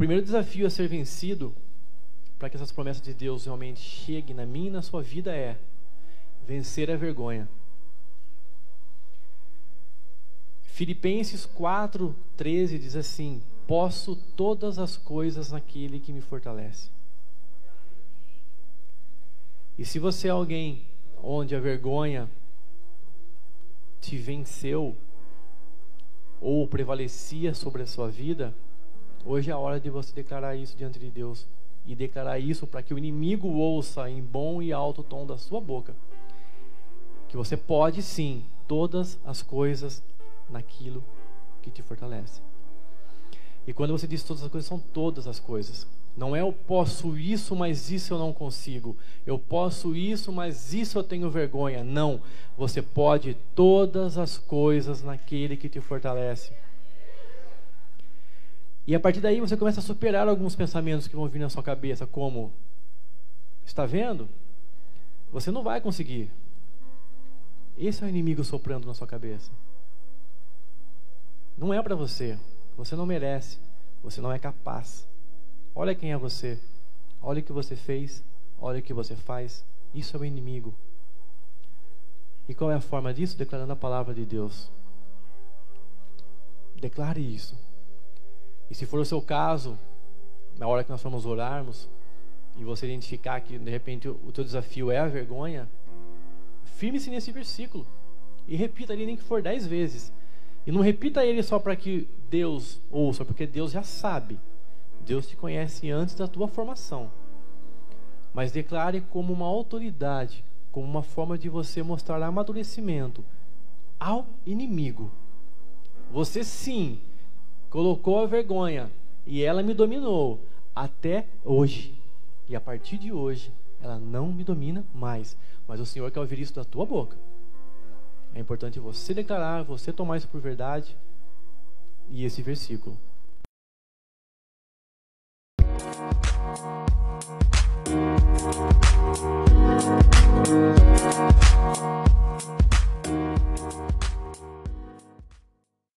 primeiro desafio a ser vencido, para que essas promessas de Deus realmente cheguem na minha e na sua vida, é vencer a vergonha. Filipenses 4:13 diz assim: posso todas as coisas naquele que me fortalece. E se você é alguém onde a vergonha te venceu ou prevalecia sobre a sua vida, hoje é a hora de você declarar isso diante de Deus e declarar isso para que o inimigo ouça em bom e alto tom da sua boca, que você pode sim todas as coisas naquilo que te fortalece. E quando você diz todas as coisas, são todas as coisas. Não é eu posso isso, mas isso eu não consigo. Eu posso isso, mas isso eu tenho vergonha. Não. Você pode todas as coisas naquele que te fortalece. E a partir daí você começa a superar alguns pensamentos que vão vir na sua cabeça, como: está vendo? Você não vai conseguir. Esse é o inimigo soprando na sua cabeça. Não é para você. Você não merece. Você não é capaz. Olha quem é você. Olha o que você fez. Olha o que você faz. Isso é o inimigo. E qual é a forma disso? Declarando a palavra de Deus. Declare isso. E se for o seu caso, na hora que nós formos orarmos, e você identificar que de repente o teu desafio é a vergonha, firme-se nesse versículo. E repita ele nem que for 10 vezes. E não repita ele só para que Deus ouça, porque Deus já sabe. Deus te conhece antes da tua formação. Mas declare como uma autoridade, como uma forma de você mostrar amadurecimento ao inimigo. Você sim colocou a vergonha e ela me dominou até hoje. E a partir de hoje, ela não me domina mais. Mas o Senhor quer ouvir isso da tua boca. É importante você declarar, você tomar isso por verdade. E esse versículo.